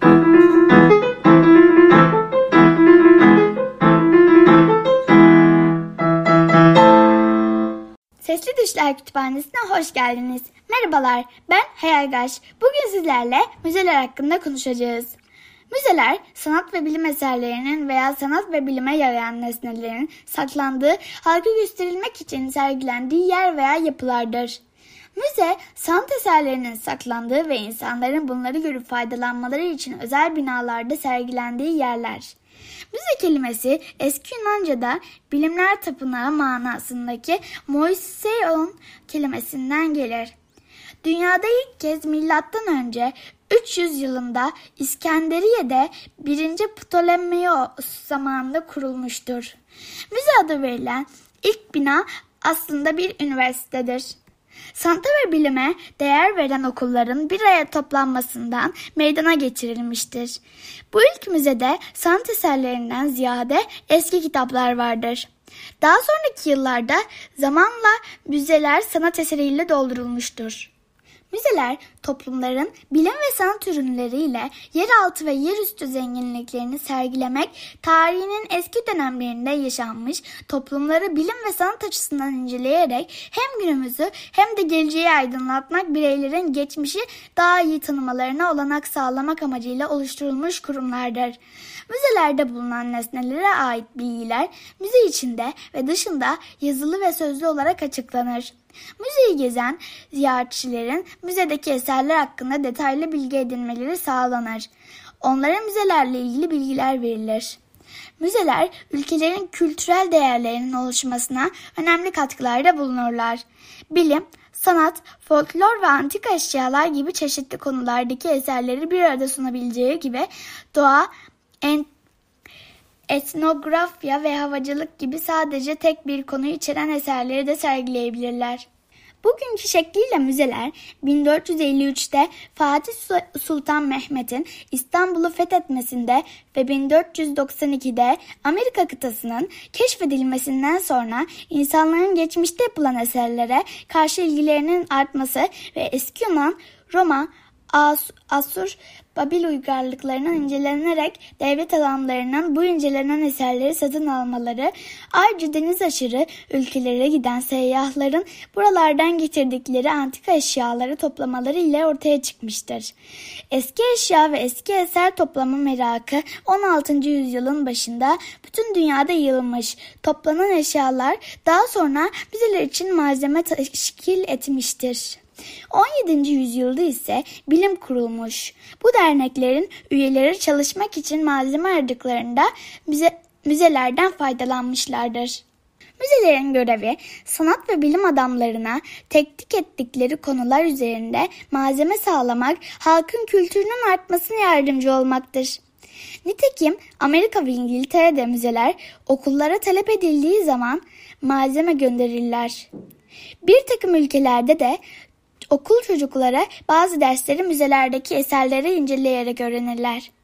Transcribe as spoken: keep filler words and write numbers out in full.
Sesli Düşler Kütüphanesi'ne hoş geldiniz. Merhabalar, ben Hayalgaş. Bugün sizlerle müzeler hakkında konuşacağız. Müzeler, sanat ve bilim eserlerinin veya sanat ve bilime yarayan nesnelerin saklandığı, halka gösterilmek için sergilendiği yer veya yapılardır. Müze, sanat eserlerinin saklandığı ve insanların bunları görüp faydalanmaları için özel binalarda sergilendiği yerler. Müze kelimesi eski Yunanca'da bilimler tapınağı manasındaki moiseon kelimesinden gelir. Dünyada ilk kez milattan önce üç yüz yılında İskenderiye'de birinci Ptolemaios zamanında kurulmuştur. Müze adı verilen ilk bina aslında bir üniversitedir. Sanata ve bilime değer veren okulların bir araya toplanmasından meydana getirilmiştir. Bu ilk müzede sanat eserlerinden ziyade eski kitaplar vardır. Daha sonraki yıllarda zamanla müzeler sanat eseriyle doldurulmuştur. Müzeler, toplumların bilim ve sanat ürünleriyle yeraltı ve yerüstü zenginliklerini sergilemek, tarihinin eski dönemlerinde yaşanmış toplumları bilim ve sanat açısından inceleyerek hem günümüzü hem de geleceği aydınlatmak, bireylerin geçmişi daha iyi tanımalarına olanak sağlamak amacıyla oluşturulmuş kurumlardır. Müzelerde bulunan nesnelere ait bilgiler müze içinde ve dışında yazılı ve sözlü olarak açıklanır. Müzeyi gezen ziyaretçilerin müzedeki eserler hakkında detaylı bilgi edinmeleri sağlanır. Onlara müzelerle ilgili bilgiler verilir. Müzeler, ülkelerin kültürel değerlerinin oluşmasına önemli katkılarda bulunurlar. Bilim, sanat, folklor ve antika eşyalar gibi çeşitli konulardaki eserleri bir arada sunabileceği gibi doğa, en etnografya ve havacılık gibi sadece tek bir konuyu içeren eserleri de sergileyebilirler. Bugünkü şekliyle müzeler bin dört yüz elli üçte Fatih Sultan Mehmet'in İstanbul'u fethetmesinde ve bin dört yüz doksan ikide Amerika kıtasının keşfedilmesinden sonra insanların geçmişte yapılan eserlere karşı ilgilerinin artması ve eski Yunan, Roma, As- Asur, Babil uygarlıklarının incelenerek devlet adamlarının bu incelenen eserleri satın almaları, ayrıca deniz aşırı ülkelere giden seyyahların buralardan getirdikleri antika eşyaları toplamaları ile ortaya çıkmıştır. Eski eşya ve eski eser toplama merakı on altıncı yüzyılın başında bütün dünyada yayılmış. Toplanan eşyalar daha sonra müzeler için malzeme teşkil etmiştir. on yedinci yüzyılda ise bilim kurulmuş. Bu derneklerin üyeleri çalışmak için malzeme aradıklarında müze, müzelerden faydalanmışlardır. Müzelerin görevi, sanat ve bilim adamlarına tetkik ettikleri konular üzerinde malzeme sağlamak, halkın kültürünün artmasına yardımcı olmaktır. Nitekim Amerika ve İngiltere'de müzeler okullara talep edildiği zaman malzeme gönderirler. Bir takım ülkelerde de okul çocuklara bazı dersleri müzelerdeki eserleri inceleyerek öğrenirler.